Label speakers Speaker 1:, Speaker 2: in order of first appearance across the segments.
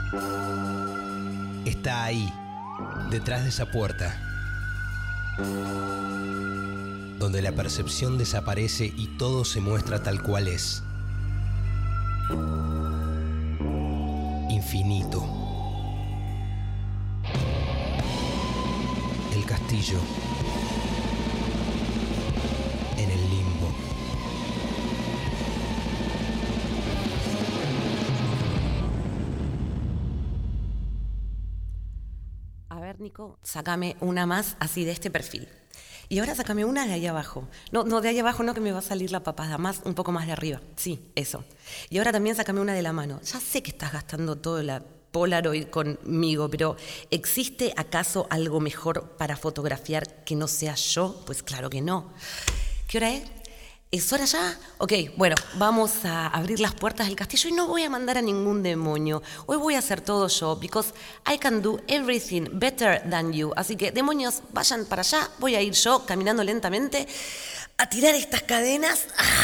Speaker 1: Está ahí, detrás de esa puerta, donde la percepción desaparece y todo se muestra tal cual es. Infinito. El castillo en el limbo.
Speaker 2: A ver, Nico, sácame una más así de este perfil. Y ahora sácame una de ahí abajo. No, de ahí abajo no, que me va a salir la papada, más, un poco más de arriba. Sí, eso. Y ahora también sácame una de la mano. Ya sé que estás gastando todo la Polaroid conmigo, pero ¿existe acaso algo mejor para fotografiar que no sea yo? Pues claro que no. ¿Qué hora es? ¿Es hora ya? Ok, bueno, vamos a abrir las puertas del castillo y no voy a mandar a ningún demonio. Hoy voy a hacer todo yo, because I can do everything better than you. Así que, demonios, vayan para allá. Voy a ir yo caminando lentamente a tirar estas cadenas.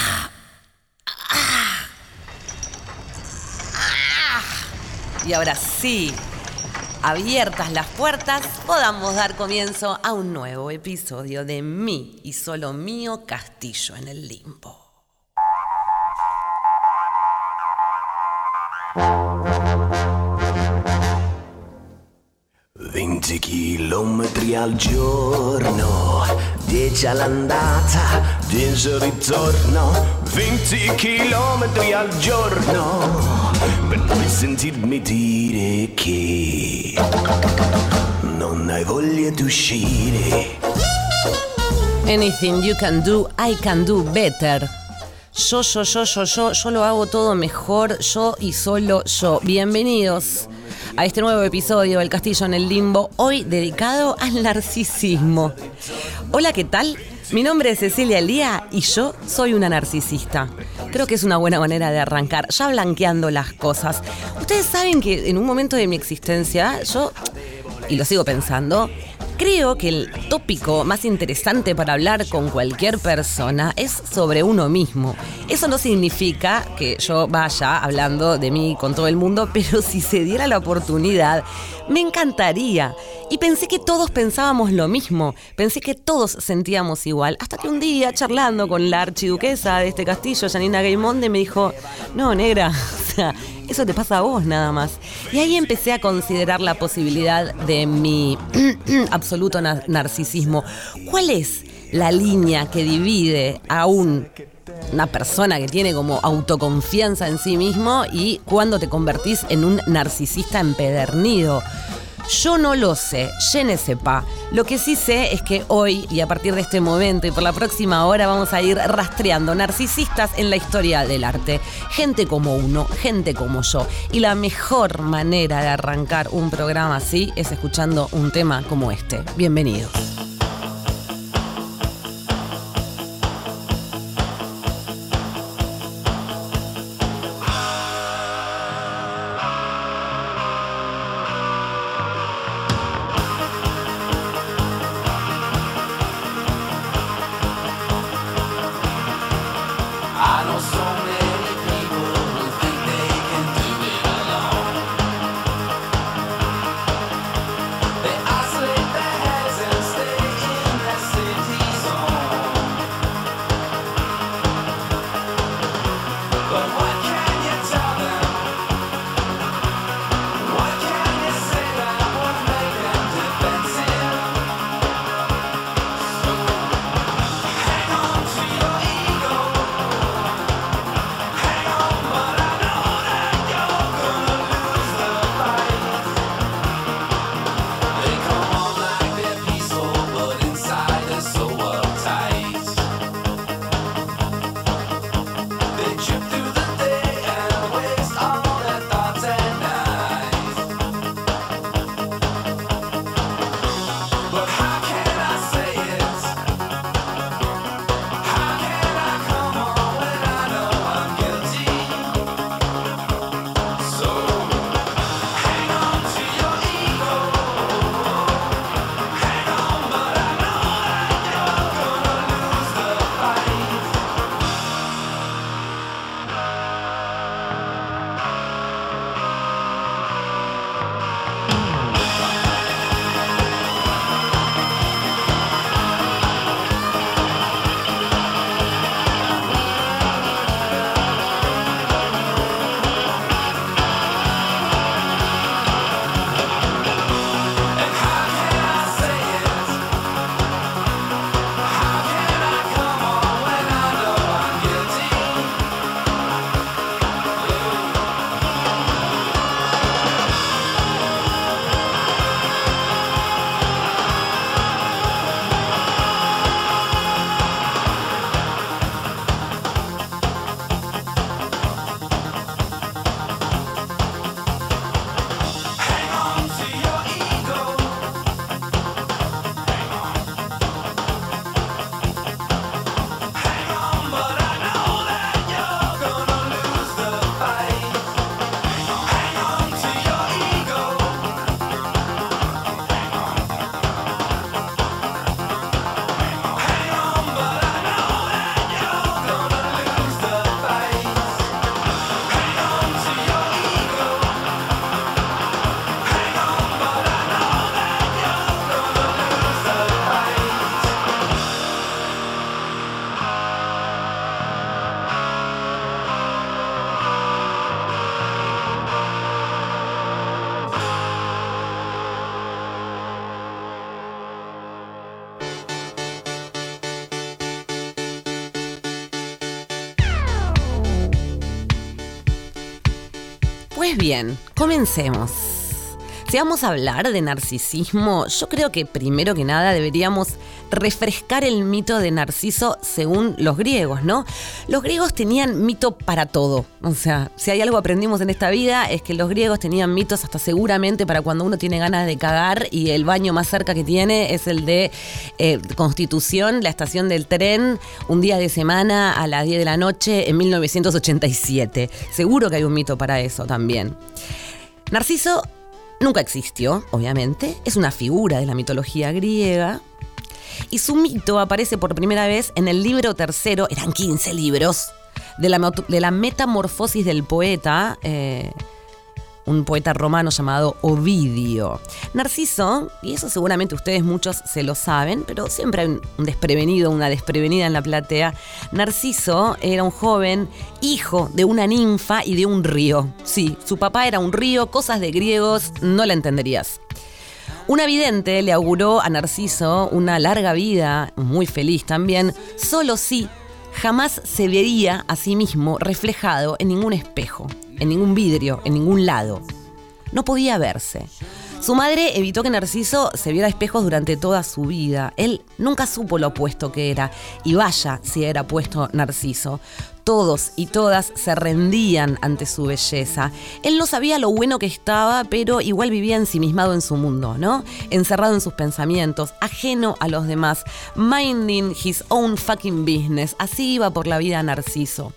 Speaker 2: Y ahora sí, abiertas las puertas, podamos dar comienzo a un nuevo episodio de Mi y Solo Mío Castillo en el Limbo.
Speaker 3: 20 chilometri al giorno, 10 all'andata, 10 al ritorno, 20 chilometri al giorno, per poi sentirmi dire che non hai voglia di uscire.
Speaker 2: Anything you can do, I can do better. Yo lo hago todo mejor, yo y solo yo. Bienvenidos a este nuevo episodio del Castillo en el Limbo, hoy dedicado al narcisismo. Hola, ¿qué tal? Mi nombre es Cecilia Elía y yo soy una narcisista. Creo que es una buena manera de arrancar, ya blanqueando las cosas. Ustedes saben que en un momento de mi existencia, yo, y lo sigo pensando, creo que el tópico más interesante para hablar con cualquier persona es sobre uno mismo. Eso no significa que yo vaya hablando de mí con todo el mundo, pero si se diera la oportunidad, me encantaría. Y pensé que todos pensábamos lo mismo, pensé que todos sentíamos igual, hasta que un día, charlando con la archiduquesa de este castillo, Janina Gaimonde, me dijo: no, negra, o sea, eso te pasa a vos nada más. Y ahí empecé a considerar la posibilidad de mi absoluto narcisismo. ¿Cuál es la línea que divide a una persona que tiene como autoconfianza en sí mismo y cuando te convertís en un narcisista empedernido? Yo no lo sé, je ne sais pas. Lo que sí sé es que hoy y a partir de este momento y por la próxima hora vamos a ir rastreando narcisistas en la historia del arte. Gente como uno, gente como yo. Y la mejor manera de arrancar un programa así es escuchando un tema como este. Bienvenidos.
Speaker 3: Stay
Speaker 2: Pues bien, comencemos. Si vamos a hablar de narcisismo, yo creo que primero que nada deberíamos refrescar el mito de Narciso según los griegos, ¿no? Los griegos tenían mito para todo. O sea, si hay algo aprendimos en esta vida es que los griegos tenían mitos hasta seguramente para cuando uno tiene ganas de cagar y el baño más cerca que tiene es el de Constitución, la estación del tren, un día de semana a las 10 de la noche en 1987. Seguro que hay un mito para eso también. Narciso nunca existió, obviamente, es una figura de la mitología griega y su mito aparece por primera vez en el libro tercero, eran 15 libros, de la metamorfosis del poeta, un poeta romano llamado Ovidio. Narciso, y eso seguramente ustedes muchos se lo saben, pero siempre hay un desprevenido, una desprevenida en la platea. Narciso era un joven hijo de una ninfa y de un río. Sí, su papá era un río, cosas de griegos, no la entenderías. Una vidente le auguró a Narciso una larga vida, muy feliz también, solo si jamás se vería a sí mismo reflejado en ningún espejo, en ningún vidrio, en ningún lado. No podía verse. Su madre evitó que Narciso se viera espejos durante toda su vida. Él nunca supo lo opuesto que era, y vaya si era opuesto Narciso. Todos y todas se rendían ante su belleza. Él no sabía lo bueno que estaba, pero igual vivía ensimismado en su mundo, ¿no? Encerrado en sus pensamientos, ajeno a los demás, minding his own fucking business. Así iba por la vida Narciso.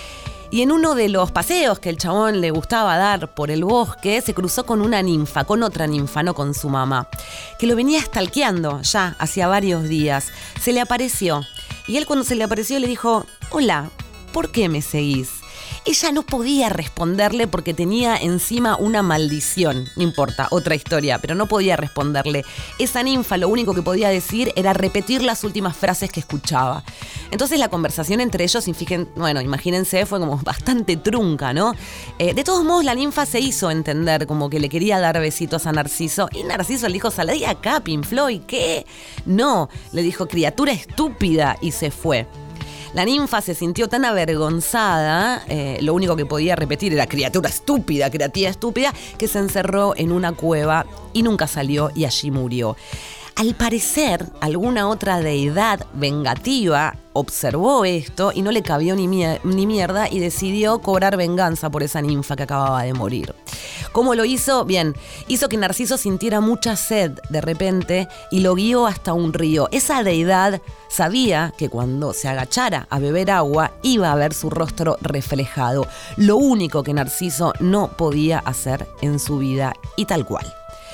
Speaker 2: Y en uno de los paseos que el chabón le gustaba dar por el bosque, se cruzó con una ninfa, con otra ninfa, no con su mamá, que lo venía stalkeando ya hacía varios días. Se le apareció. Y él cuando se le apareció le dijo: hola, ¿por qué me seguís? Ella no podía responderle porque tenía encima una maldición. No importa, otra historia, pero no podía responderle. Esa ninfa lo único que podía decir era repetir las últimas frases que escuchaba. Entonces la conversación entre ellos, imagínense, fue como bastante trunca, ¿no? De todos modos, la ninfa se hizo entender como que le quería dar besitos a Narciso. Y Narciso le dijo: salí acá, Pink Floyd, ¿qué? No, le dijo: criatura estúpida, y se fue. La ninfa se sintió tan avergonzada, lo único que podía repetir era criatura estúpida, que se encerró en una cueva y nunca salió y allí murió. Al parecer, alguna otra deidad vengativa observó esto y no le cabió ni mierda y decidió cobrar venganza por esa ninfa que acababa de morir. ¿Cómo lo hizo? Bien, hizo que Narciso sintiera mucha sed de repente y lo guió hasta un río. Esa deidad sabía que cuando se agachara a beber agua iba a ver su rostro reflejado. Lo único que Narciso no podía hacer en su vida, y tal cual.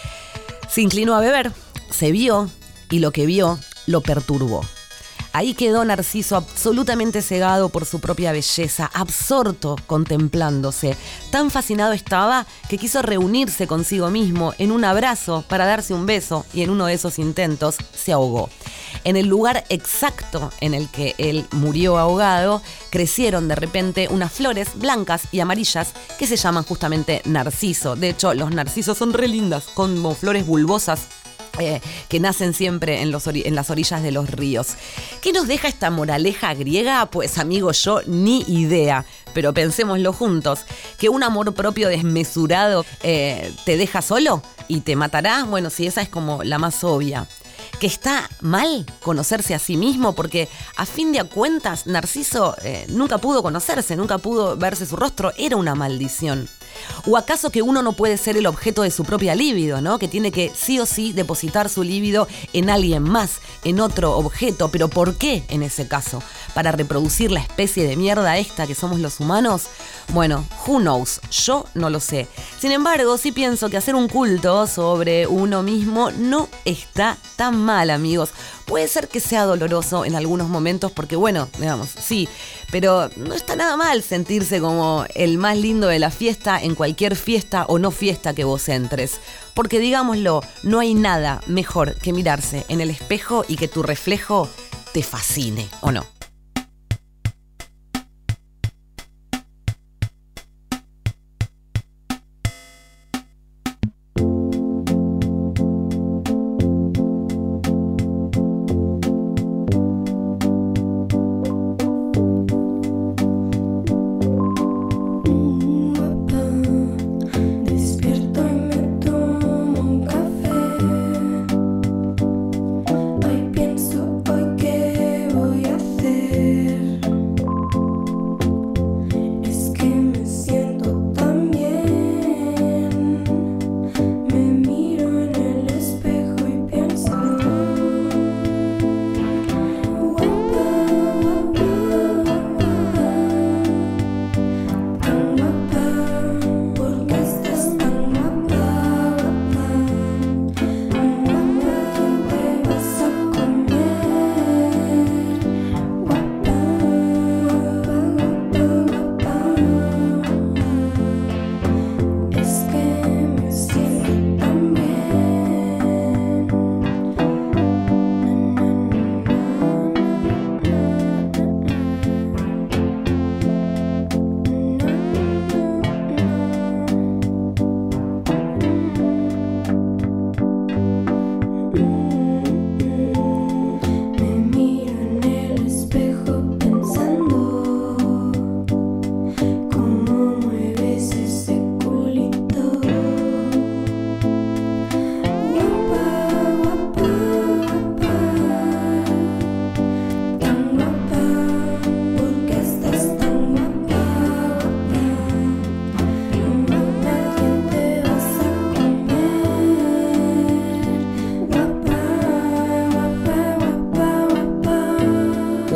Speaker 2: Se inclinó a beber, se vio, y lo que vio lo perturbó. Ahí quedó Narciso absolutamente cegado por su propia belleza, absorto contemplándose. Tan fascinado estaba que quiso reunirse consigo mismo en un abrazo para darse un beso, y en uno de esos intentos se ahogó. En el lugar exacto en el que él murió ahogado, crecieron de repente unas flores blancas y amarillas que se llaman justamente narciso. De hecho, los narcisos son re lindas, como flores bulbosas, que nacen siempre en las orillas de los ríos. ¿Qué nos deja esta moraleja griega? Pues, amigo, yo ni idea, pero pensémoslo juntos. ¿Que un amor propio desmesurado te deja solo y te matará? Bueno, sí, esa es como la más obvia. ¿Que está mal conocerse a sí mismo? Porque a fin de cuentas Narciso nunca pudo conocerse, nunca pudo verse su rostro, era una maldición. ¿O acaso que uno no puede ser el objeto de su propia libido, ¿no? Que tiene que sí o sí depositar su libido en alguien más, en otro objeto. ¿Pero por qué en ese caso? ¿Para reproducir la especie de mierda esta que somos los humanos? Bueno, who knows, yo no lo sé. Sin embargo, sí pienso que hacer un culto sobre uno mismo no está tan mal, amigos. Puede ser que sea doloroso en algunos momentos porque, bueno, digamos, sí, pero no está nada mal sentirse como el más lindo de la fiesta en cualquier fiesta o no fiesta que vos entres. Porque, digámoslo, no hay nada mejor que mirarse en el espejo y que tu reflejo te fascine, ¿o no?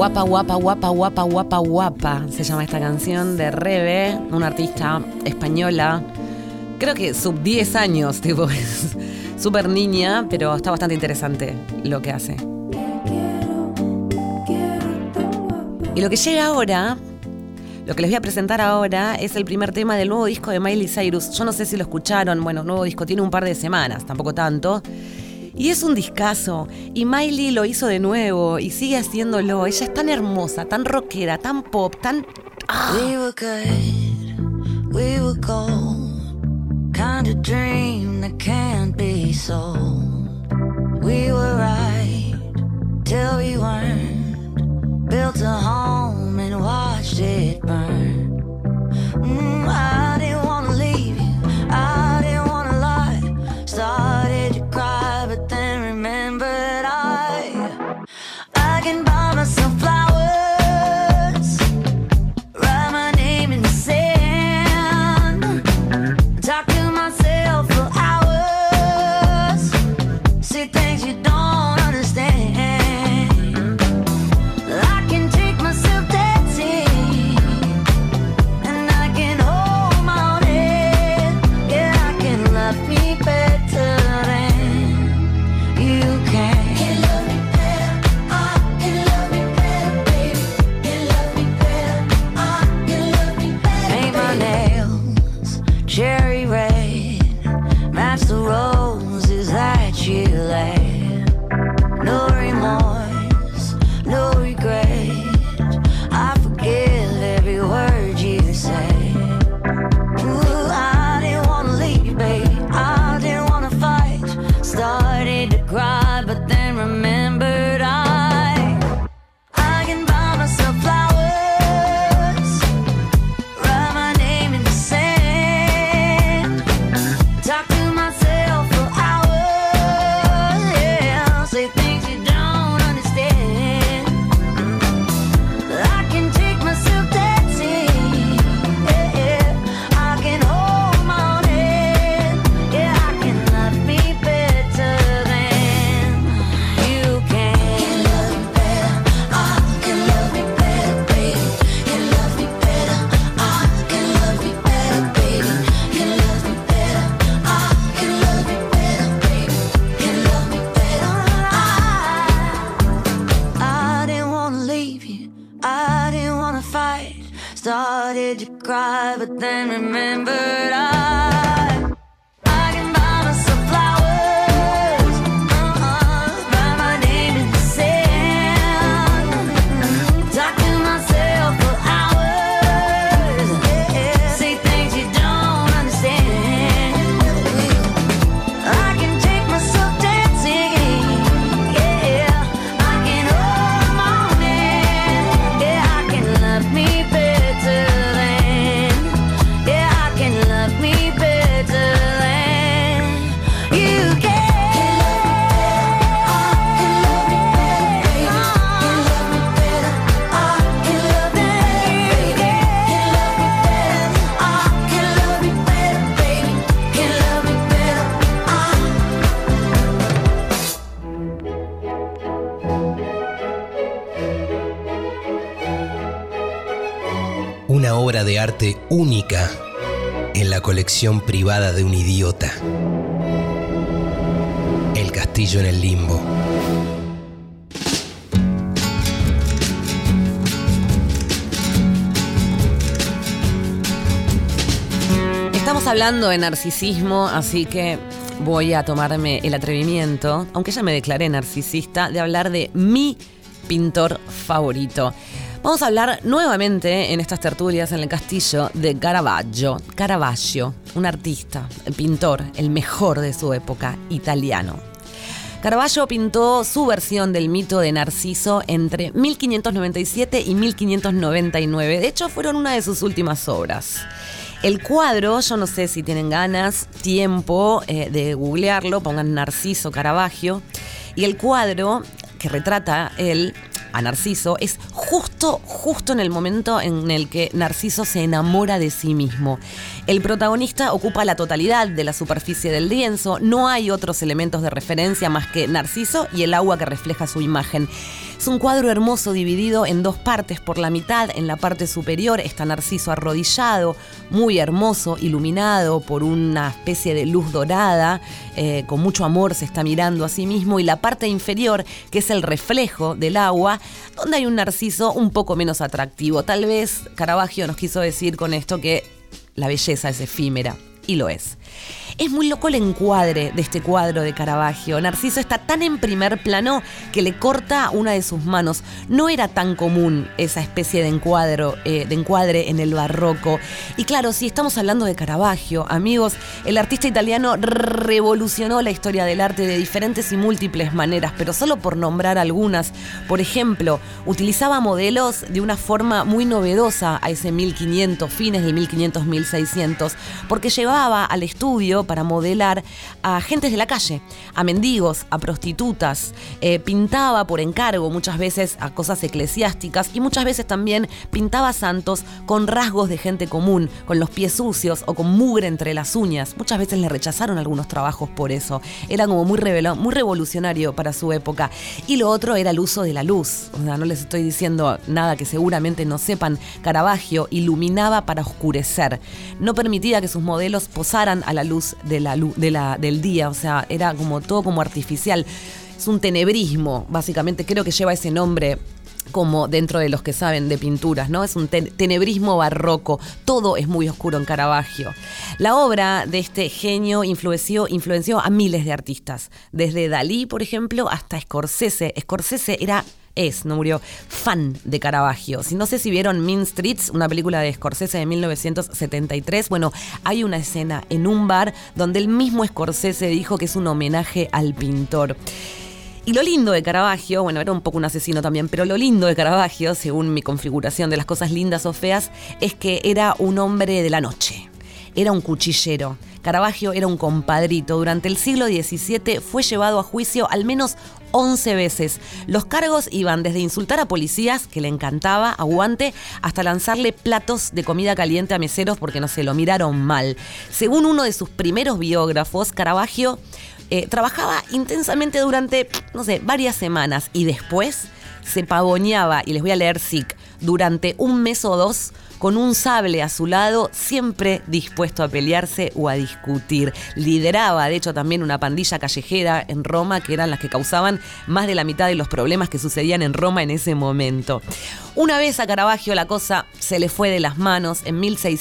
Speaker 2: Guapa, guapa, guapa, guapa, guapa, guapa. Se llama esta canción de Rebe, una artista española. Creo que sub 10 años, tipo, es súper niña, pero está bastante interesante lo que hace. Y lo que llega ahora, lo que les voy a presentar ahora, es el primer tema del nuevo disco de Miley Cyrus. Yo no sé si lo escucharon, bueno, nuevo disco tiene un par de semanas, tampoco tanto. Y es un discazo. Y Miley lo hizo de nuevo y sigue haciéndolo. Ella es tan hermosa, tan rockera, tan pop, tan... ¡Ah!
Speaker 4: We were good, we were gold. Kind of dream that can't be sold. We were right till we weren't. Built a home and watched it burn. I didn't wanna leave you, I didn't wanna lie. Started to cry, but then remembered I can buy myself flowers, write my name in the sand, talk to myself for hours, see things you don't understand. I can take myself dancing, and I can hold my own head. Yeah, I can love me better than you can. Cherry red, match the roses that you laid. No remorse, no regret. I forgive every word you say. Ooh, I didn't wanna leave you, babe. I didn't wanna fight. Started to cry, but then remembered I can buy myself flowers, write my name in the sand. Talk to myself for hours, yeah. Say things you don't understand. I can take myself dancing, yeah. I can hold my own head, yeah. I can love me better than you can. Can love me better, I can love me better, baby. Can love me better, I can love me better, baby. Can love me better, I can love me better, baby. Can love me better, I didn't wanna leave you, I didn't wanna fight. Started to cry, but then remembered I can buy myself flowers, write my name in the sand, talk to myself for hours, yeah. Say things you don't understand. I can take myself dancing, yeah. I can hold my own hand, yeah. I can love me better than, yeah. I can love me better than you can.
Speaker 1: Una obra de arte única en la colección privada de un idiota. El castillo en el limbo.
Speaker 2: Estamos hablando de narcisismo, así que voy a tomarme el atrevimiento, aunque ya me declaré narcisista, de hablar de mi pintor favorito. Vamos a hablar nuevamente en estas tertulias en el castillo de Caravaggio. Caravaggio, un artista, pintor, el mejor de su época, italiano. Caravaggio pintó su versión del mito de Narciso entre 1597 y 1599. De hecho, fueron una de sus últimas obras. El cuadro, yo no sé si tienen ganas, tiempo de googlearlo, pongan Narciso Caravaggio. Y el cuadro que retrata él a Narciso es justo en el momento en el que Narciso se enamora de sí mismo. El protagonista ocupa la totalidad de la superficie del lienzo, no hay otros elementos de referencia más que Narciso y el agua que refleja su imagen. Es un cuadro hermoso dividido en dos partes. Por la mitad, en la parte superior, está Narciso arrodillado, muy hermoso, iluminado por una especie de luz dorada, con mucho amor se está mirando a sí mismo, y la parte inferior, que es el reflejo del agua, donde hay un Narciso un poco menos atractivo. Tal vez Caravaggio nos quiso decir con esto que la belleza es efímera, y lo es. Es muy loco el encuadre de este cuadro de Caravaggio. Narciso está tan en primer plano que le corta una de sus manos. No era tan común esa especie de encuadre en el barroco. Y claro, si estamos hablando de Caravaggio, amigos, el artista italiano revolucionó la historia del arte de diferentes y múltiples maneras, pero solo por nombrar algunas. Por ejemplo, utilizaba modelos de una forma muy novedosa a ese 1500, fines del 1500, 1600, porque llevaba al estudio para modelar a gentes de la calle, a mendigos, a prostitutas. Pintaba por encargo muchas veces a cosas eclesiásticas, y muchas veces también pintaba santos con rasgos de gente común, con los pies sucios o con mugre entre las uñas. Muchas veces le rechazaron algunos trabajos por eso. Era como muy revolucionario para su época. Y lo otro era el uso de la luz. O sea, no les estoy diciendo nada que seguramente no sepan. Caravaggio iluminaba para oscurecer. No permitía que sus modelos posaran a la luz del día. O sea, era como todo como artificial. Es un tenebrismo, básicamente. Creo que lleva ese nombre como dentro de los que saben de pinturas, ¿no? Es un tenebrismo barroco. Todo es muy oscuro en Caravaggio. La obra de este genio influenció a miles de artistas. Desde Dalí, por ejemplo, hasta Scorsese. Scorsese no murió, fan de Caravaggio. No sé si vieron Mean Streets, una película de Scorsese de 1973. Bueno, hay una escena en un bar donde el mismo Scorsese dijo que es un homenaje al pintor. Y lo lindo de Caravaggio, bueno, era un poco un asesino también, pero lo lindo de Caravaggio, según mi configuración de las cosas lindas o feas, es que era un hombre de la noche. Era un cuchillero. Caravaggio era un compadrito. Durante el siglo XVII fue llevado a juicio al menos 11 veces. Los cargos iban desde insultar a policías, que le encantaba, aguante, hasta lanzarle platos de comida caliente a meseros porque, no sé, lo miraron mal. Según uno de sus primeros biógrafos, Caravaggio trabajaba intensamente durante, varias semanas, y después se pavoneaba, y les voy a leer Sic, durante un mes o dos, con un sable a su lado, siempre dispuesto a pelearse o a discutir. Lideraba, de hecho, también una pandilla callejera en Roma, que eran las que causaban más de la mitad de los problemas que sucedían en Roma en ese momento. Una vez a Caravaggio la cosa se le fue de las manos. En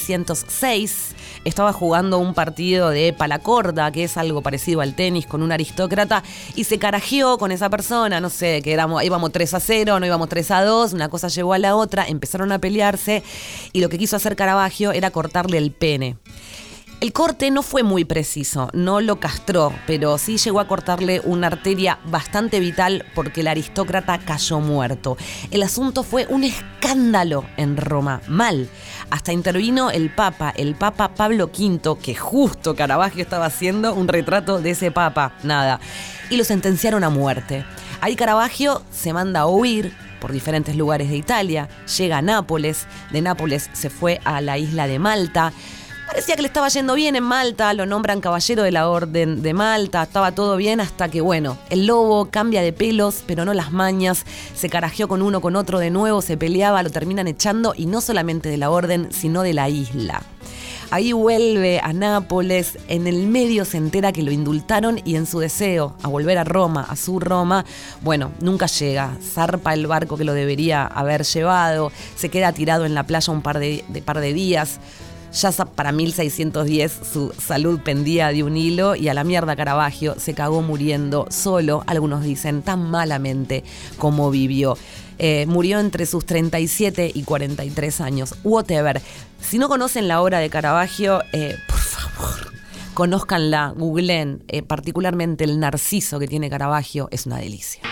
Speaker 2: 1606 estaba jugando un partido de palacorda, que es algo parecido al tenis, con un aristócrata, y se carajeó con esa persona, no sé, que íbamos 3-0, no íbamos 3-2, una cosa llevó a la otra, empezaron a pelearse, y lo que quiso hacer Caravaggio era cortarle el pene. El corte no fue muy preciso, no lo castró, pero sí llegó a cortarle una arteria bastante vital porque el aristócrata cayó muerto. El asunto fue un escándalo en Roma, mal. Hasta intervino el Papa Pablo V, que justo Caravaggio estaba haciendo un retrato de ese Papa, y lo sentenciaron a muerte. Ahí Caravaggio se manda a huir por diferentes lugares de Italia, llega a Nápoles, de Nápoles se fue a la isla de Malta. Parecía que le estaba yendo bien en Malta, lo nombran caballero de la Orden de Malta, estaba todo bien hasta que, el lobo cambia de pelos, pero no las mañas, se carajeó con uno, con otro de nuevo, se peleaba, lo terminan echando, y no solamente de la Orden, sino de la isla. Ahí vuelve a Nápoles, en el medio se entera que lo indultaron, y en su deseo a volver a Roma, a su Roma, nunca llega, zarpa el barco que lo debería haber llevado, se queda tirado en la playa un par de días. Ya para 1610 su salud pendía de un hilo, y a la mierda Caravaggio se cagó muriendo solo, algunos dicen tan malamente como vivió. Murió entre sus 37 y 43 años. Whatever. Si no conocen la obra de Caravaggio, por favor, conózcanla, googleen, particularmente el Narciso que tiene Caravaggio, es una delicia.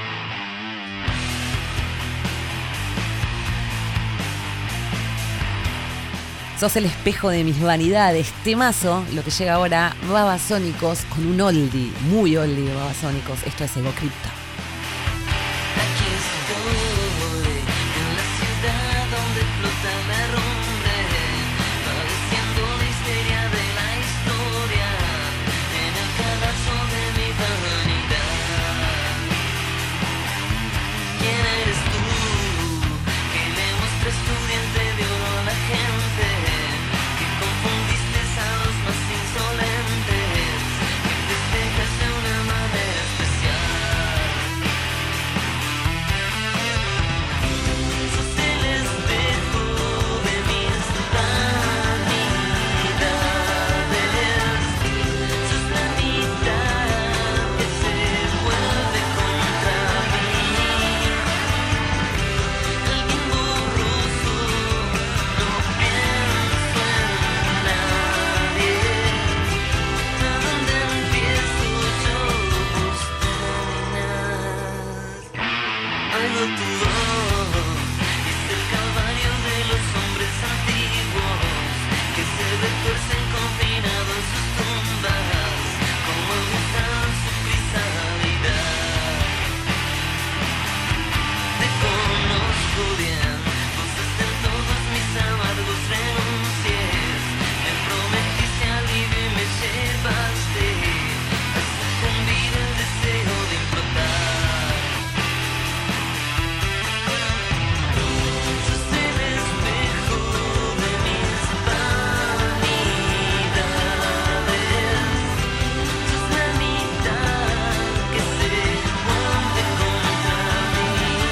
Speaker 2: Sos el espejo de mis vanidades. Temazo, lo que llega ahora, Babasónicos, con un oldie, muy oldie de Babasónicos. Esto es Ego Cripta.
Speaker 5: Aquí estoy, en la ciudad donde flota el derrumbe, padeciendo la histeria de la historia, en el cadalso de mi vanidad. ¿Quién tuercen confinado en sus tumbas, como gustan su crisálida. Te conozco bien, gozaste en todos mis amargos renuncias, me prometiste alivio y me llevaste a sucumbir el deseo de implotar. Sos el espejo de mis vanidades, sos la mitad que se hunde contra mí.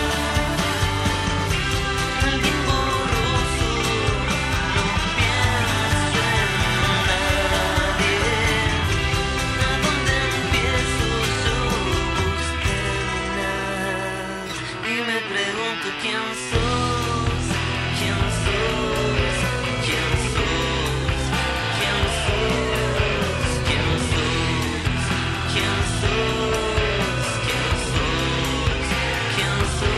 Speaker 5: Alguien borroso, no pienso en nadie. ¿A dónde empiezo yo buscar? Y me pregunto quién sos, quién sos, quién sos, quién sos, quién sos, quién sos, quién sos, quién sos.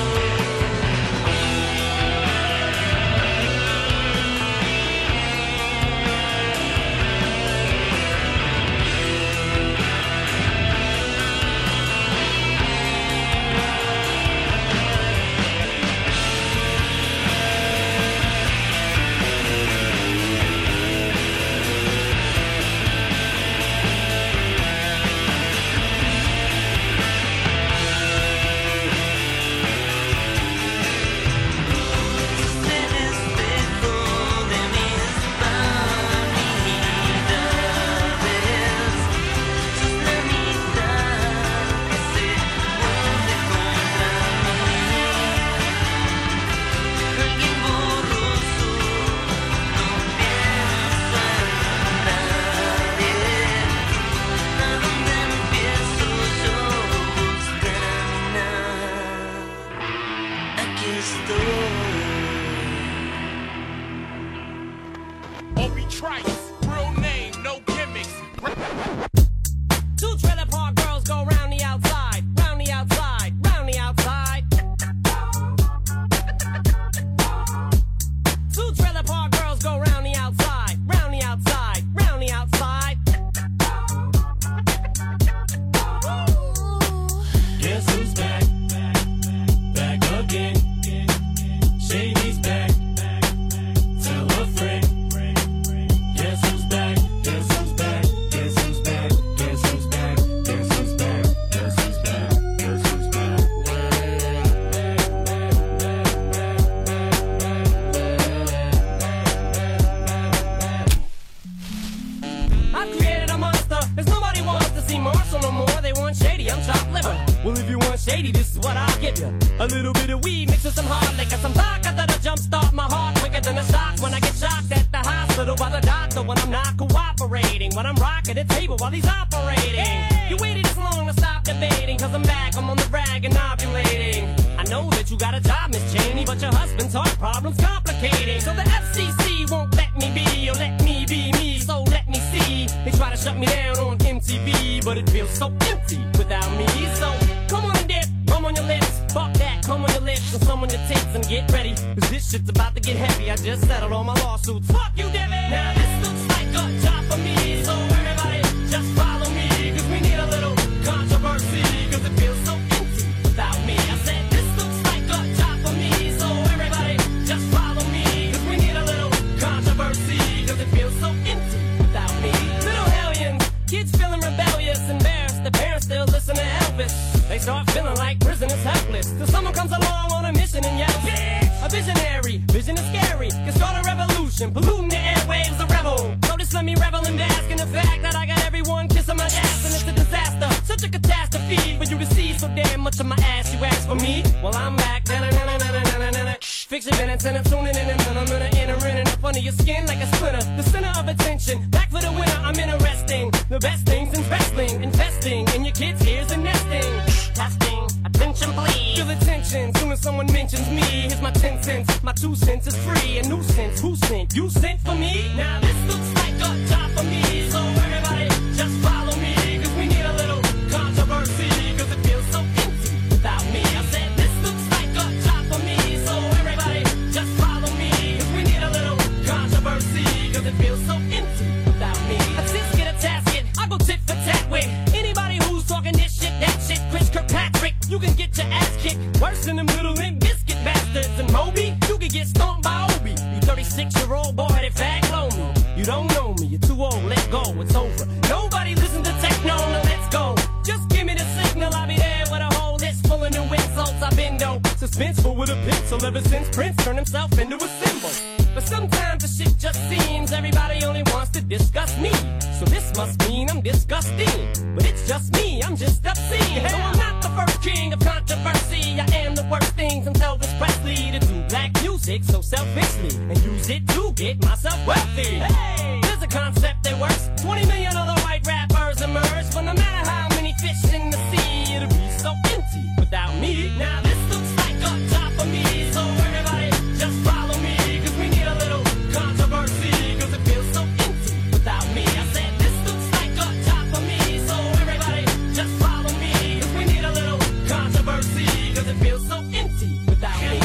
Speaker 5: Sos el espejo de mis vanidades, sos la mitad que se hunde contra mí. Alguien borroso, no pienso en nadie. ¿A dónde empiezo yo buscar? Aquí estoy.
Speaker 6: Obi Trice, real name, no gimmicks.
Speaker 7: Two trailer park girls go round the outside, round the outside, round the outside. Two trailer park girls go round the outside, round the outside, round the outside.
Speaker 6: Guess who's back? Back again. Shady's back. Tell a friend. Guess who's back? Guess who's back? Guess who's back? Guess who's back? Guess who's back? Guess who's back? Guess who's back?
Speaker 7: I've created a monster. There's nobody wants to see Marshall no more. They want Shady, I'm chopped liver. Well, if you want Shady, this is what I'll give you. A little bit of weed mixed with some hard liquor, some vodka that'll jumpstart my heart quicker than a shock when I get shocked at the hospital by the doctor when I'm not cooperating. When I'm rocking the table while he's operating. You waited this long to stop debating, cause I'm back, I'm on the rag and ovulating. I know that you got a job, Miss Cheney, but your husband's heart problem's complicating. So the FCC won't let me be, or let me be me, so let me see. They try to shut me down on MTV, but it feels so empty without me. So come on and dip, rum on your lips, fuck that, come on your lips, and some on your tits, and get ready, cause this shit's about to get heavy. I just settled all my lawsuits. Fuck you, Debbie! Now this looks like a job for me, so everybody just follow me, cause we need a little controversy, cause it feels so empty without me. I said this looks like a job for me, so everybody just follow me, cause we need a little controversy, cause it feels so empty without me. Little hellions, kids feeling rebellious, embarrassed, the parents still listen to Elvis. They start feeling like prisoners helpless, till someone comes along on a mission and yells, bitch! A visionary, vision is scary, can start a revolution, polluting the airwaves, a rebel. So just let me revel and bask in the fact that I got everyone kissing my ass, and it's a disaster, such a catastrophe for you to see so damn much of my ass. You ask for me, well I'm back. Fix your minutes and I'm tuning in, and I'm gonna enter in and up under your skin like a splinter. The center of attention, back for the winner. I'm interesting, the best things in wrestling, investing in your kids' ears and nesting. Testing, attention please. Feel attention soon as someone mentions me. Here's my 10 cents, my 2 cents is free. A nuisance, who sent? You sent for me? Now this looks like a job for me, so everybody just follow me, cause we need a little controversy, cause it feels so empty without me. I said this looks like a job for me, so everybody just follow me, cause we need a little controversy, cause it feels so so empty without me. I just get a tasket, I go tit for tat with anybody who's talking this shit, that shit. Chris Kirkpatrick, you can get your ass kicked worse than them little Limp Bizkit bastards. And Moby, you can get stomped by Obi. You 36-year-old boy that fag low me. You don't know me, you're too old, let go, it's over. Nobody listen to techno, no, let's go. Just give me the signal, I'll be there with a whole list full of new insults. I've been though suspenseful with a pencil ever since Prince turned himself into a symbol. But sometimes the shit just seems everybody only wants to discuss me. So this must mean I'm disgusting. But it's just me, I'm just obscene. No, I'm not the first king of controversy. I am the worst thing since Elvis Presley to do black music so selfishly and use it to get myself wealthy. Hey, there's a concept that works. 20 million other white rappers emerge, but no matter how many fish in the sea, it'll be so empty without me. Now this looks like a top of me, so everybody just follow me, cause we need a little controversy, cause it feels so empty without me. I said this looks like a top of me, so everybody just follow me, cause we need a little controversy, cause it feels so empty without me.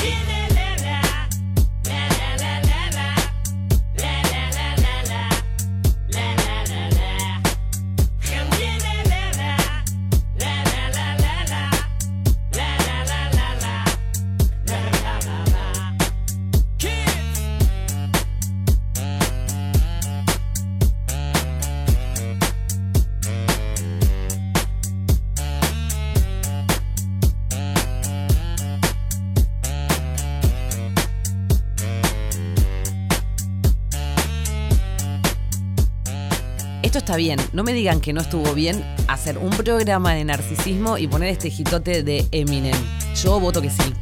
Speaker 2: Esto está bien, no me digan que no estuvo bien hacer un programa de narcisismo y poner este hitote de Eminem. Yo voto que sí.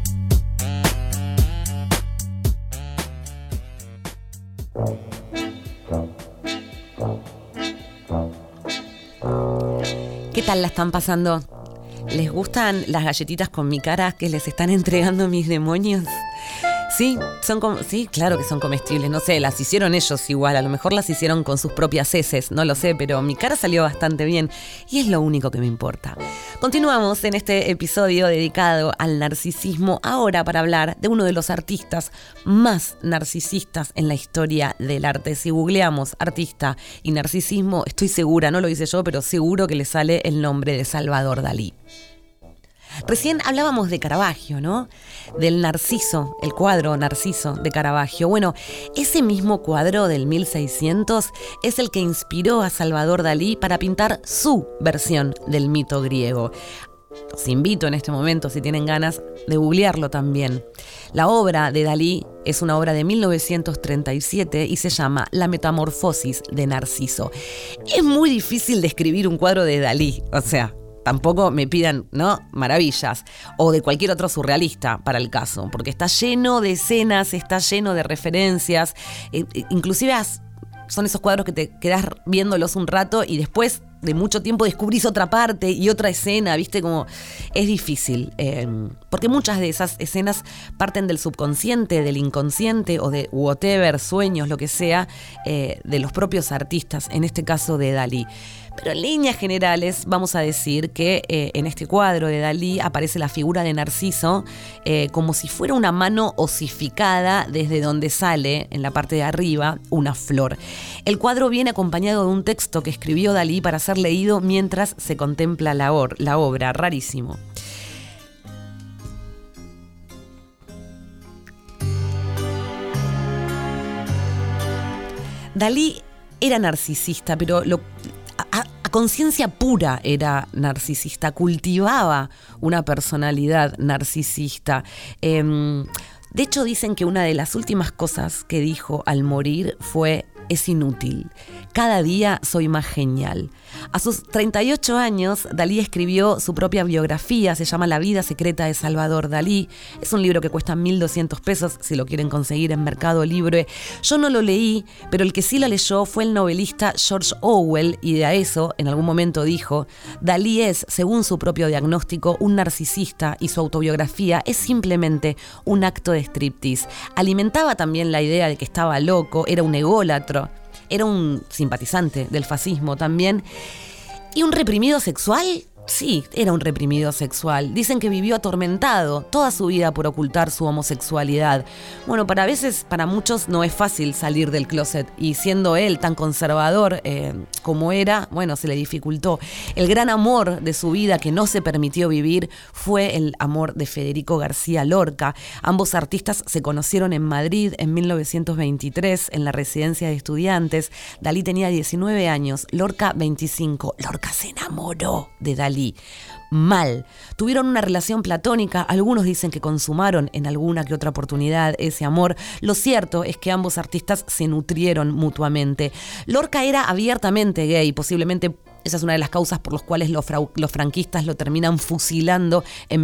Speaker 2: ¿Qué tal la están pasando? ¿Les gustan las galletitas con mi cara que les están entregando mis demonios? Sí, sí, claro que son comestibles, no sé, las hicieron ellos igual, a lo mejor las hicieron con sus propias heces, no lo sé, pero mi cara salió bastante bien y es lo único que me importa. Continuamos en este episodio dedicado al narcisismo, ahora para hablar de uno de los artistas más narcisistas en la historia del arte. Si googleamos artista y narcisismo, estoy segura, no lo hice yo, pero seguro que le sale el nombre de Salvador Dalí. Recién hablábamos de Caravaggio, ¿no? Del Narciso, el cuadro Narciso de Caravaggio. Bueno, ese mismo cuadro del 1600 es el que inspiró a Salvador Dalí para pintar su versión del mito griego. Los invito en este momento, si tienen ganas, de googlearlo también. La obra de Dalí es una obra de 1937 y se llama La Metamorfosis de Narciso. Es muy difícil describir un cuadro de Dalí, o sea, tampoco me pidan, ¿no?, maravillas, o de cualquier otro surrealista para el caso, porque está lleno de escenas, está lleno de referencias, inclusive son esos cuadros que te quedás viéndolos un rato y después de mucho tiempo descubrís otra parte y otra escena, ¿viste? Como es difícil, porque muchas de esas escenas parten del subconsciente, del inconsciente o de whatever, sueños, lo que sea, de los propios artistas, en este caso de Dalí. Pero en líneas generales vamos a decir que en este cuadro de Dalí aparece la figura de Narciso como si fuera una mano osificada desde donde sale, en la parte de arriba, una flor. El cuadro viene acompañado de un texto que escribió Dalí para ser leído mientras se contempla la obra. Rarísimo. Dalí era narcisista, pero a conciencia pura era narcisista, cultivaba una personalidad narcisista. De hecho, dicen que una de las últimas cosas que dijo al morir fue: es inútil, cada día soy más genial. A sus 38 años, Dalí escribió su propia biografía, se llama La vida secreta de Salvador Dalí. Es un libro que cuesta 1.200 pesos, si lo quieren conseguir en Mercado Libre. Yo no lo leí, pero el que sí lo leyó fue el novelista George Orwell, y de eso, en algún momento dijo: Dalí es, según su propio diagnóstico, un narcisista y su autobiografía es simplemente un acto de striptease. Alimentaba también la idea de que estaba loco, era un ególatra, era un simpatizante del fascismo también, y un reprimido sexual Sí, era un reprimido sexual. Dicen que vivió atormentado toda su vida por ocultar su homosexualidad. Bueno, para muchos no es fácil salir del closet y siendo él tan conservador como era, bueno, se le dificultó. El gran amor de su vida que no se permitió vivir fue el amor de Federico García Lorca. Ambos artistas se conocieron en Madrid en 1923 en la residencia de estudiantes. Dalí tenía 19 años, Lorca 25. Lorca se enamoró de Dalí. Mal. Tuvieron una relación platónica, algunos dicen que consumaron en alguna que otra oportunidad ese amor. Lo cierto es que ambos artistas se nutrieron mutuamente. Lorca era abiertamente gay, posiblemente esa es una de las causas por las cuales los franquistas lo terminan fusilando en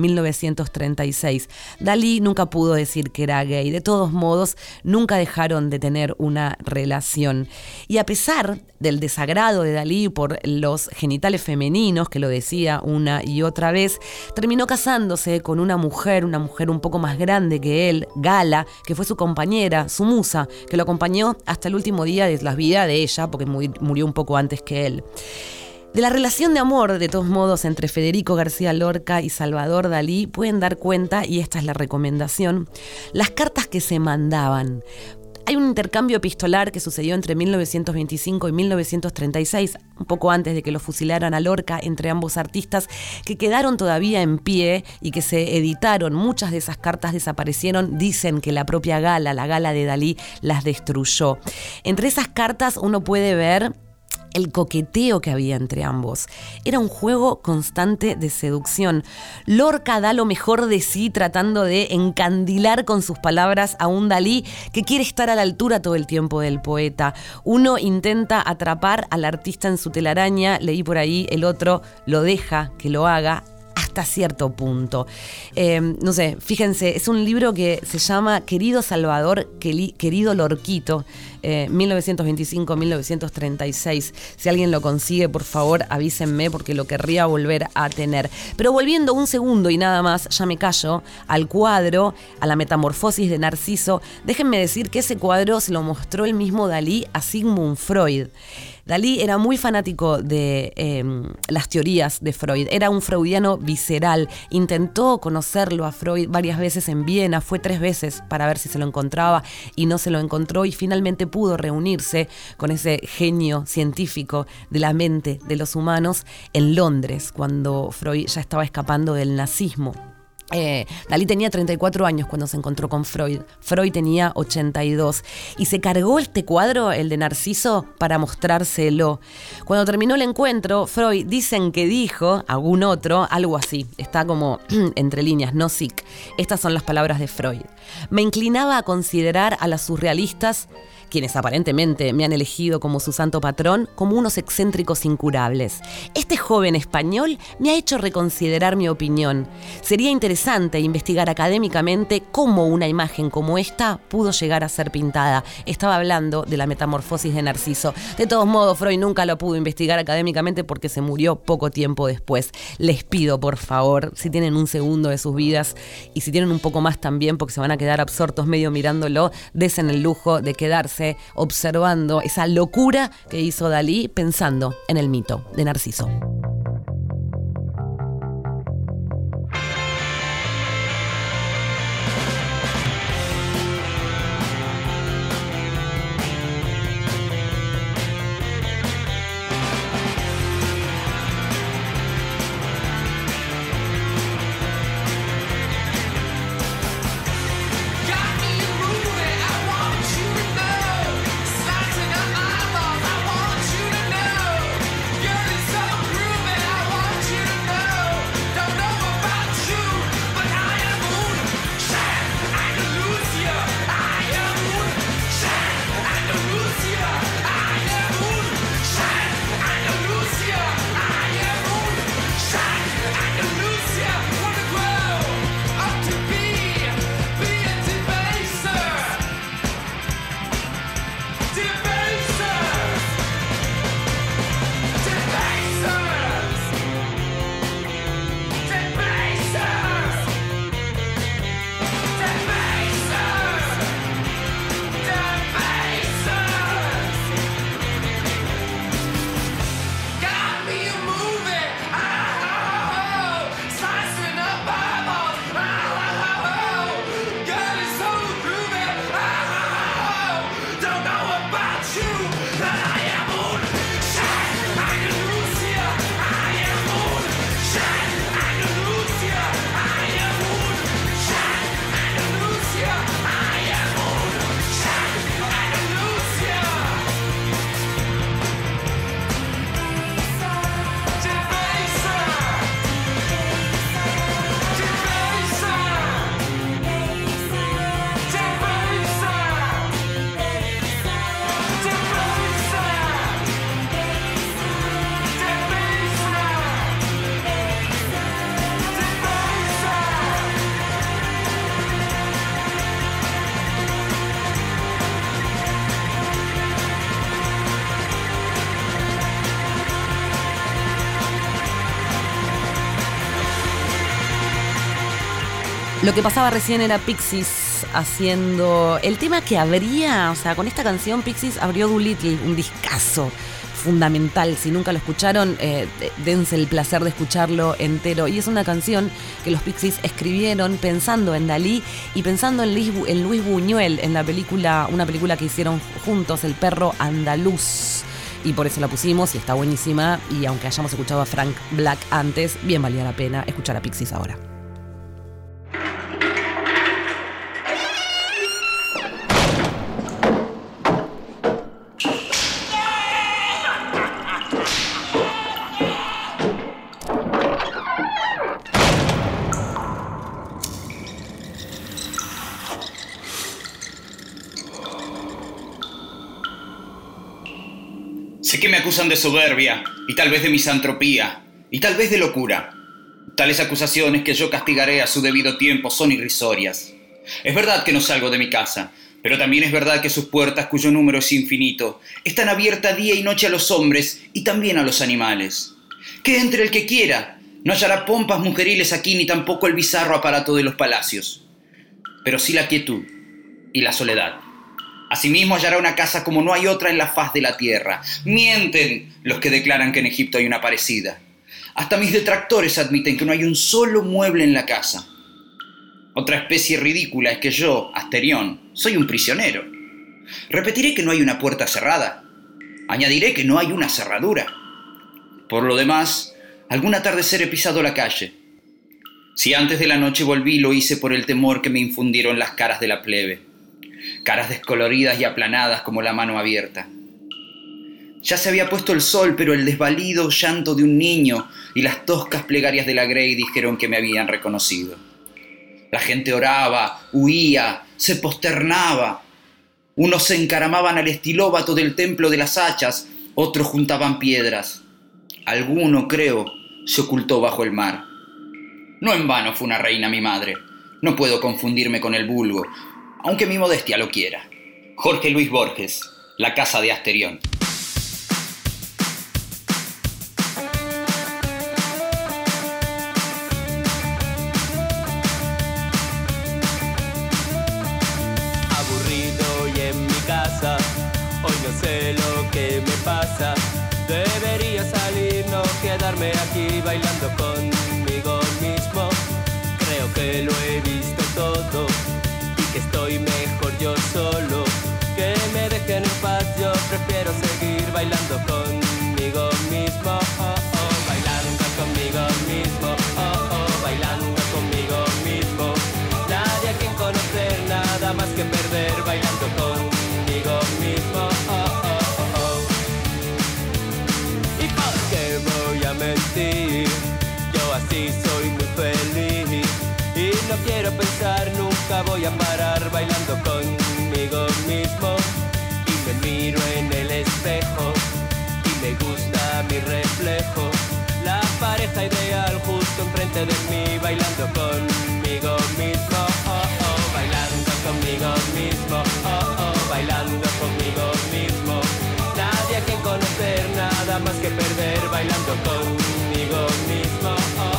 Speaker 2: 1936. Dalí nunca pudo decir que era gay. De todos modos, nunca dejaron de tener una relación. Y a pesar del desagrado de Dalí por los genitales femeninos, que lo decía una y otra vez, terminó casándose con una mujer un poco más grande que él, Gala, que fue su compañera, su musa, que lo acompañó hasta el último día de la vida de ella, porque murió un poco antes que él. De la relación de amor, de todos modos, entre Federico García Lorca y Salvador Dalí, pueden dar cuenta, y esta es la recomendación, las cartas que se mandaban. Hay un intercambio epistolar que sucedió entre 1925 y 1936, un poco antes de que lo fusilaran a Lorca, entre ambos artistas, que quedaron todavía en pie y que se editaron. Muchas de esas cartas desaparecieron. Dicen que la propia Gala, la Gala de Dalí, las destruyó. Entre esas cartas uno puede ver el coqueteo que había entre ambos. Era un juego constante de seducción. Lorca da lo mejor de sí tratando de encandilar con sus palabras a un Dalí que quiere estar a la altura todo el tiempo del poeta. Uno intenta atrapar al artista en su telaraña, leí por ahí, el otro lo deja que lo haga hasta cierto punto. No sé, fíjense, es un libro que se llama Querido Salvador, Querido Lorquito, 1925-1936. Si alguien lo consigue, por favor, avísenme porque lo querría volver a tener. Pero volviendo un segundo y nada más, ya me callo, al cuadro, a la metamorfosis de Narciso, déjenme decir que ese cuadro se lo mostró el mismo Dalí a Sigmund Freud. Dalí era muy fanático de las teorías de Freud, era un freudiano visceral, intentó conocerlo a Freud varias veces en Viena, fue 3 veces para ver si se lo encontraba y no se lo encontró y finalmente pudo reunirse con ese genio científico de la mente de los humanos en Londres, cuando Freud ya estaba escapando del nazismo. Dalí tenía 34 años cuando se encontró con Freud. Freud tenía 82 y se cargó este cuadro, el de Narciso, para mostrárselo. Cuando terminó el encuentro, Freud dicen que dijo, algún otro, algo así, está como entre líneas, no sic. Estas son las palabras de Freud. Me inclinaba a considerar a las surrealistas, quienes aparentemente me han elegido como su santo patrón, como unos excéntricos incurables. Este joven español me ha hecho reconsiderar mi opinión. Sería interesante investigar académicamente cómo una imagen como esta pudo llegar a ser pintada. Estaba hablando de la metamorfosis de Narciso. De todos modos, Freud nunca lo pudo investigar académicamente porque se murió poco tiempo después. Les pido, por favor, si tienen un segundo de sus vidas y si tienen un poco más también, porque se van a quedar absortos medio mirándolo, desen el lujo de quedarse observando esa locura que hizo Dalí pensando en el mito de Narciso.
Speaker 8: Slicing up my eyeballs, I want you to know, girl, it's so cruel.
Speaker 2: Lo que pasaba recién era Pixies haciendo el tema que abría, o sea, con esta canción Pixies abrió Doolittle, un discazo fundamental. Si nunca lo escucharon, dense el placer de escucharlo entero. Y es una canción que los Pixies escribieron pensando en Dalí y pensando en Luis Buñuel, en la película, una película que hicieron juntos, El perro andaluz. Y por eso la pusimos y está buenísima. Y aunque hayamos escuchado a Frank Black antes, bien valía la pena escuchar a Pixies ahora.
Speaker 8: Sé que me acusan de soberbia, y tal vez de misantropía, y tal vez de locura. Tales acusaciones que yo castigaré a su debido tiempo son irrisorias. Es verdad que no salgo de mi casa, pero también es verdad que sus puertas, cuyo número es infinito, están abiertas día y noche a los hombres y también a los animales. Que entre el que quiera, no hallará pompas mujeriles aquí ni tampoco el bizarro aparato de los palacios, pero sí la quietud y la soledad. Asimismo hallará una casa como no hay otra en la faz de la tierra. Mienten los que declaran que en Egipto hay una parecida. Hasta mis detractores admiten que no hay un solo mueble en la casa. Otra especie ridícula es que yo, Asterión, soy un prisionero. Repetiré que no hay una puerta cerrada. Añadiré que no hay una cerradura. Por lo demás, algún atardecer he pisado la calle. Si antes de la noche volví, lo hice por el temor que me infundieron las caras de la plebe. Caras descoloridas y aplanadas como la mano abierta. Ya se había puesto el sol, pero el desvalido llanto de un niño y las toscas plegarias de la Grey dijeron que me habían reconocido. La gente oraba, huía, se posternaba. Unos se encaramaban al estilóbato del templo de las hachas, otros juntaban piedras. Alguno, creo, se ocultó bajo el mar. No en vano fue una reina mi madre. No puedo confundirme con el vulgo, aunque mi modestia lo quiera. Jorge Luis Borges, La casa de Asterión.
Speaker 9: Aburrido y en mi casa, hoy no sé lo que me pasa. Debería salir, no quedarme aquí bailando conmigo mismo. Creo que lo he visto todo, que estoy mejor yo solo, que me dejen en paz, yo prefiero seguir bailando conmigo mismo, bailando conmigo mismo, bailando conmigo mismo, nadie a quien conocer, nada más que perder, bailando conmigo mismo, ¿Y por qué voy a mentir? Yo así soy muy feliz y no quiero pensar, nunca voy a parar bailando conmigo mismo. Y me miro en el espejo y me gusta mi reflejo. La pareja ideal justo enfrente de mí, bailando conmigo mismo, bailando conmigo mismo, bailando conmigo mismo. Nadie a quien conocer, nada más que perder, bailando conmigo mismo,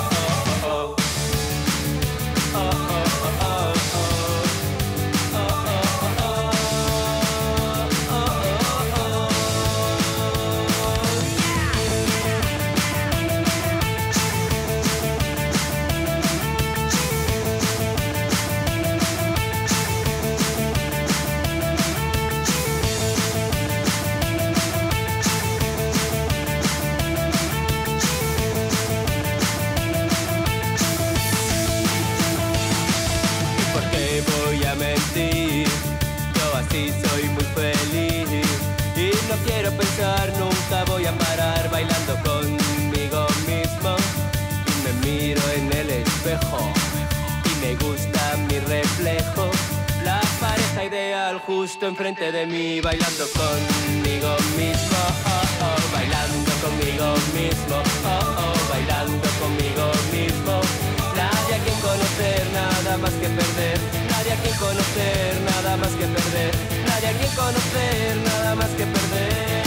Speaker 9: Yo así soy muy feliz y no quiero pensar, nunca voy a parar bailando conmigo mismo. Y me miro en el espejo y me gusta mi reflejo. La pareja ideal justo enfrente de mí, bailando conmigo mismo, bailando conmigo mismo, bailando conmigo mismo. Nadie a quien conocer, nada más que perder. Nadie a quien conocer, nada más que perder. Nadie a quien conocer, nada más que perder.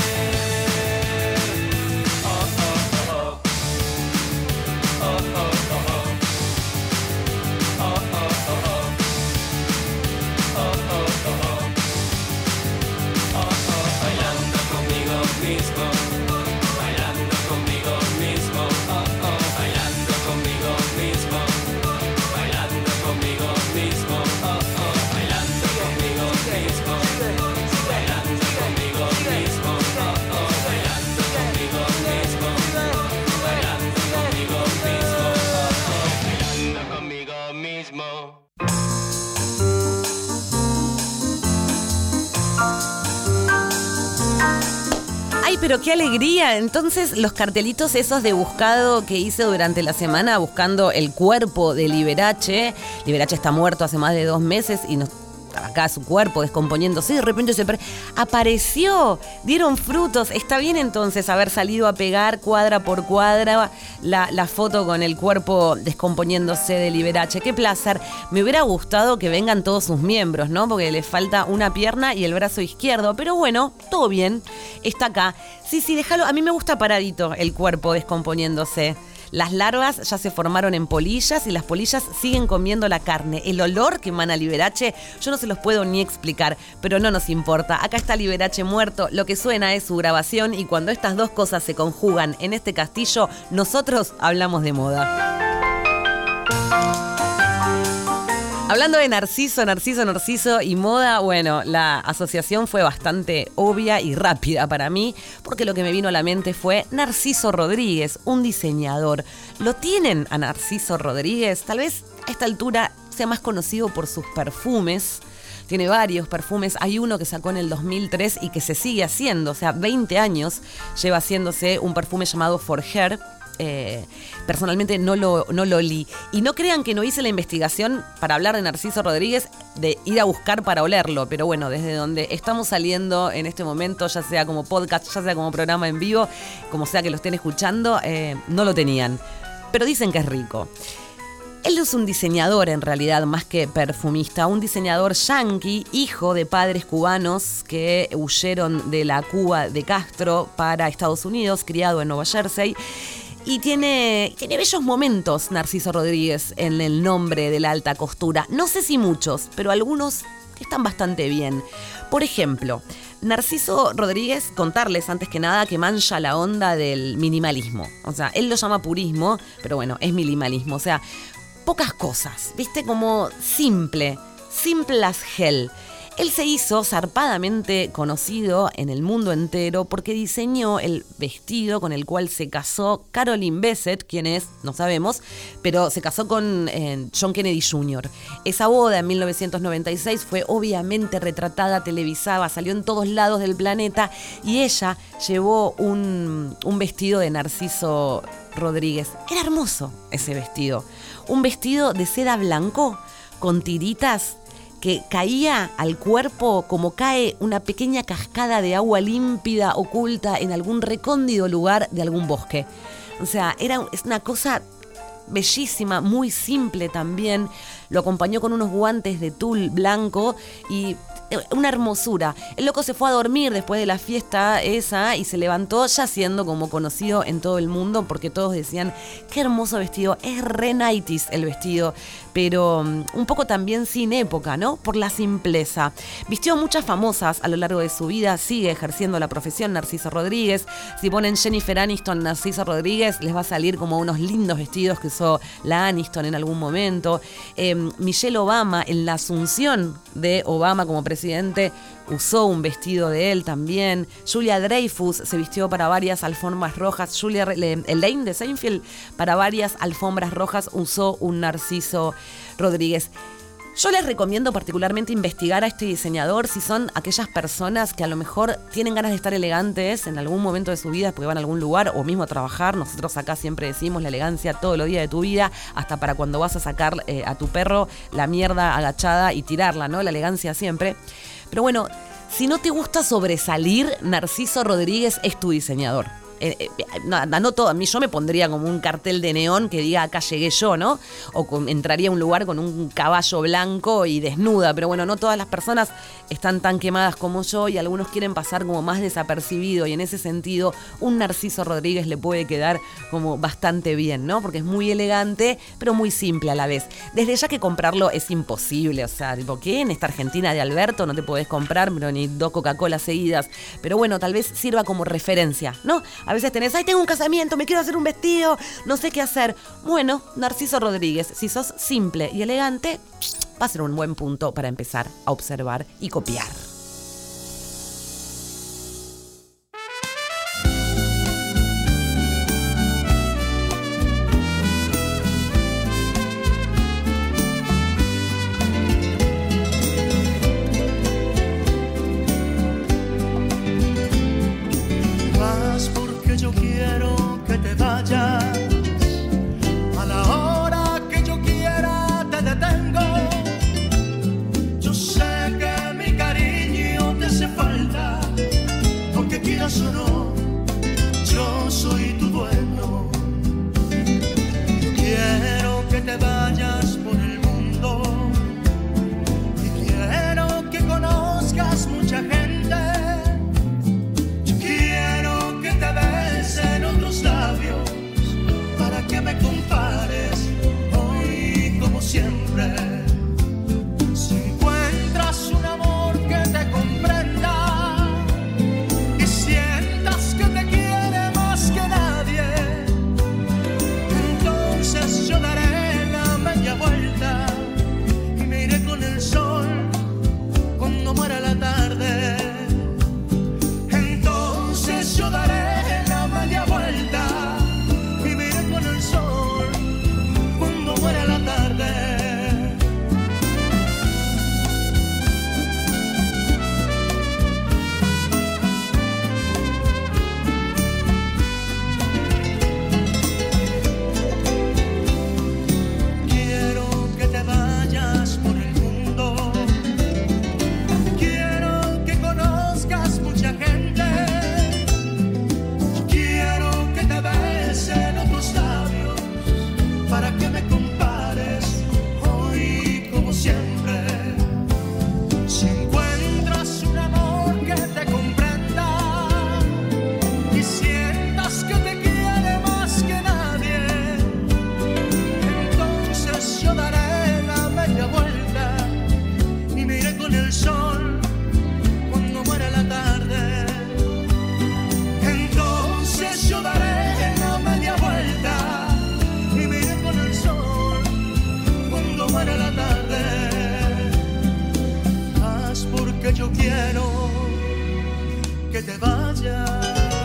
Speaker 9: Oh, oh, oh, oh. Oh, oh, oh, mismo, bailando conmigo mismo, oh, oh, bailando conmigo mismo, bailando conmigo mismo, oh, oh, bailando conmigo mismo, bailando conmigo mismo, oh, oh, bailando conmigo mismo, bailando conmigo mismo, oh, oh, bailando conmigo mismo.
Speaker 2: ¡Ay, pero qué alegría! Entonces, los cartelitos esos de buscado que hice durante la semana buscando el cuerpo de Liberace. Liberace está muerto hace más de 2 meses y nos... acá su cuerpo descomponiéndose, de repente apareció, dieron frutos. Está bien entonces haber salido a pegar cuadra por cuadra la foto con el cuerpo descomponiéndose de Liberace. Qué placer. Me hubiera gustado que vengan todos sus miembros, ¿no? Porque le falta una pierna y el brazo izquierdo. Pero bueno, todo bien, está acá. Sí, déjalo. A mí me gusta paradito el cuerpo descomponiéndose. Las larvas ya se formaron en polillas y las polillas siguen comiendo la carne. El olor que emana Liberace, yo no se los puedo ni explicar, pero no nos importa. Acá está Liberace muerto, lo que suena es su grabación y cuando estas dos cosas se conjugan en este castillo, nosotros hablamos de moda. Hablando de Narciso y moda, bueno, la asociación fue bastante obvia y rápida para mí, porque lo que me vino a la mente fue Narciso Rodríguez, un diseñador. ¿Lo tienen a Narciso Rodríguez? Tal vez a esta altura sea más conocido por sus perfumes. Tiene varios perfumes. Hay uno que sacó en el 2003 y que se sigue haciendo, o sea, 20 años lleva haciéndose un perfume llamado For Her. Personalmente no lo olí. Y no crean que no hice la investigación para hablar de Narciso Rodríguez, de ir a buscar para olerlo. Pero bueno, desde donde estamos saliendo en este momento, ya sea como podcast, ya sea como programa en vivo, como sea que lo estén escuchando, no lo tenían. Pero dicen que es rico. Él es un diseñador en realidad, más que perfumista, un diseñador yanqui, hijo de padres cubanos que huyeron de la Cuba de Castro para Estados Unidos, criado en Nueva Jersey. Y tiene bellos momentos Narciso Rodríguez en el nombre de la alta costura. No sé si muchos, pero algunos están bastante bien. Por ejemplo, Narciso Rodríguez, contarles antes que nada que mancha la onda del minimalismo. O sea, él lo llama purismo, pero bueno, es minimalismo. O sea, pocas cosas, ¿viste? Como simple as hell. Él se hizo zarpadamente conocido en el mundo entero porque diseñó el vestido con el cual se casó Caroline Bessette, quien es, no sabemos, pero se casó con John Kennedy Jr. Esa boda en 1996 fue obviamente retratada, televisada, salió en todos lados del planeta y ella llevó un vestido de Narciso Rodríguez. Era hermoso ese vestido. Un vestido de seda blanco con tiritas que caía al cuerpo como cae una pequeña cascada de agua límpida oculta en algún recóndito lugar de algún bosque. O sea, es una cosa bellísima, muy simple también. Lo acompañó con unos guantes de tul blanco y una hermosura. El loco se fue a dormir después de la fiesta esa y se levantó ya siendo como conocido en todo el mundo porque todos decían, qué hermoso vestido, es re 90s el vestido, pero un poco también sin época, ¿no? Por la simpleza. Vistió muchas famosas a lo largo de su vida, sigue ejerciendo la profesión Narciso Rodríguez. Si ponen Jennifer Aniston, Narciso Rodríguez, les va a salir como unos lindos vestidos que usó la Aniston en algún momento. Michelle Obama, en la asunción de Obama como presidente, usó un vestido de él también. Julia Dreyfus se vistió para varias alfombras rojas. Elaine de Seinfeld, para varias alfombras rojas, usó un Narciso Rodríguez. Yo les recomiendo particularmente investigar a este diseñador si son aquellas personas que a lo mejor tienen ganas de estar elegantes en algún momento de su vida porque van a algún lugar o mismo a trabajar. Nosotros acá siempre decimos la elegancia todos los días de tu vida, hasta para cuando vas a sacar a tu perro la mierda agachada y tirarla, ¿no? La elegancia siempre. Pero bueno, si no te gusta sobresalir, Narciso Rodríguez es tu diseñador. no todo, a mí yo me pondría como un cartel de neón que diga acá llegué yo, ¿no? O entraría a un lugar con un caballo blanco y desnuda, pero bueno, no todas las personas están tan quemadas como yo y algunos quieren pasar como más desapercibido, y en ese sentido un Narciso Rodríguez le puede quedar como bastante bien, ¿no? Porque es muy elegante, pero muy simple a la vez. Desde ya que comprarlo es imposible, o sea, tipo, ¿qué? En esta Argentina de Alberto no te podés comprar, pero ni 2 Coca-Cola seguidas. Pero bueno, tal vez sirva como referencia, ¿no? A veces tenés, ay, tengo un casamiento, me quiero hacer un vestido, no sé qué hacer. Bueno, Narciso Rodríguez, si sos simple y elegante, va a ser un buen punto para empezar a observar y copiar.
Speaker 10: Vas porque yo quiero que te vayas. A la hora que yo quiera te detengo. Yo sé que mi cariño te hace falta, porque quieras o no, yo soy tu dueño. Quiero que te vayas por el mundo y quiero que conozcas mucha gente. En otros labios, para que me compares hoy como siempre. Si encuentras un amor que te comprenda y sientas que te quiere más que nadie, entonces yo daré la media vuelta y me iré con el sol cuando muera la tarde. Entonces yo daré media vuelta y miré con el sol cuando muera la tarde. Quiero que te vayas por el mundo, quiero que conozcas mucha gente. En otros labios, para que me compares hoy como siempre. Si encuentras un amor que te comprenda y sientas que te quiere más que nadie, entonces yo daré la media vuelta y me iré con el sol cuando muera la tarde. Entonces yo daré media vuelta y miré con el sol cuando muera la tarde. Haz porque yo quiero que te vayas.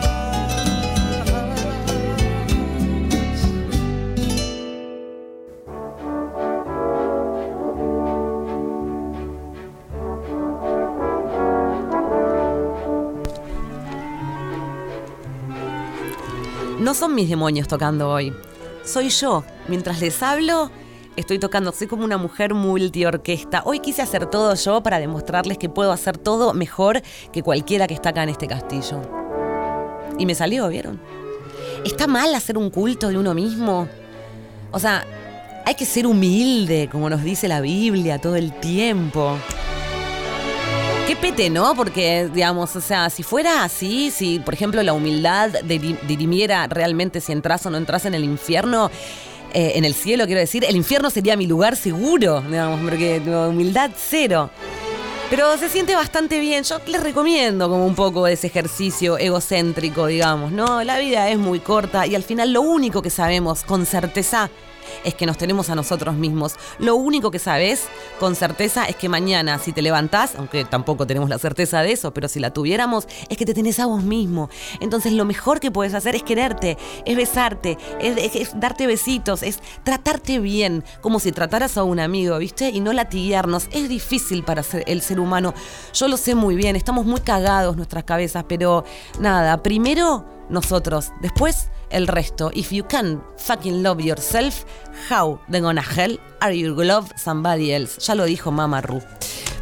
Speaker 2: No son mis demonios tocando hoy, soy yo. Mientras les hablo, estoy tocando, soy como una mujer multiorquesta. Hoy quise hacer todo yo para demostrarles que puedo hacer todo mejor que cualquiera que está acá en este castillo. Y me salió, ¿vieron? ¿Está mal hacer un culto de uno mismo? O sea, hay que ser humilde, como nos dice la Biblia todo el tiempo. Qué pete, ¿no? Porque, digamos, o sea, si fuera así, si, por ejemplo, la humildad dirimiera realmente si entras o no entras en el infierno, en el cielo, quiero decir, el infierno sería mi lugar seguro, digamos, porque humildad cero. Pero se siente bastante bien. Yo les recomiendo como un poco de ese ejercicio egocéntrico, digamos, ¿no? La vida es muy corta y al final lo único que sabemos con certeza es que nos tenemos a nosotros mismos. Lo único que sabes con certeza es que mañana, si te levantás, aunque tampoco tenemos la certeza de eso, pero si la tuviéramos, es que te tenés a vos mismo. Entonces lo mejor que puedes hacer es quererte, es besarte, es darte besitos, es tratarte bien, como si trataras a un amigo, ¿viste? Y no latiguearnos. Es difícil para el ser humano. Yo lo sé muy bien, estamos muy cagados nuestras cabezas, pero nada, primero nosotros, después el resto. If you can fucking love yourself, how the gonna hell are you love somebody else? Ya lo dijo Mama Ru.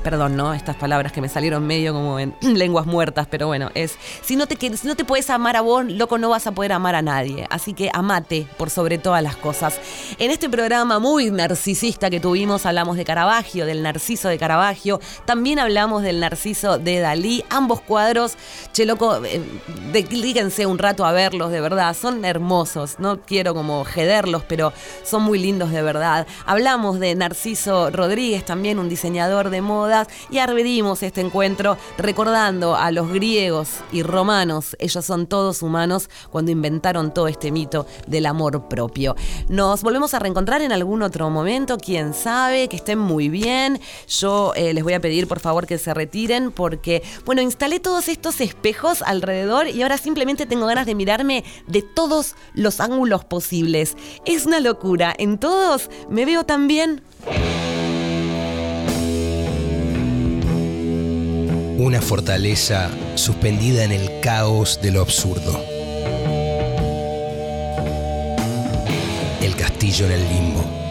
Speaker 2: Perdón, ¿no? Estas palabras que me salieron medio como en lenguas muertas, pero bueno, es si no te puedes amar a vos, loco, no vas a poder amar a nadie. Así que amate por sobre todas las cosas. En este programa muy narcisista que tuvimos, hablamos de Caravaggio, del Narciso de Caravaggio. También hablamos del Narciso de Dalí. Ambos cuadros, che, loco, dedíquense un rato a verlos, de verdad. Son hermosos. No quiero como jederlos, pero son muy lindos de verdad. Hablamos de Narciso Rodríguez, también un diseñador de modas, y abrimos este encuentro recordando a los griegos y romanos. Ellos son todos humanos cuando inventaron todo este mito del amor propio. Nos volvemos a reencontrar en algún otro momento, quién sabe, que estén muy bien. Yo les voy a pedir por favor que se retiren porque, bueno, instalé todos estos espejos alrededor y ahora simplemente tengo ganas de mirarme de todos los ángulos posibles. Es una locura, en todos me veo tan bien.
Speaker 1: Una fortaleza suspendida en el caos de lo absurdo. El castillo en el limbo.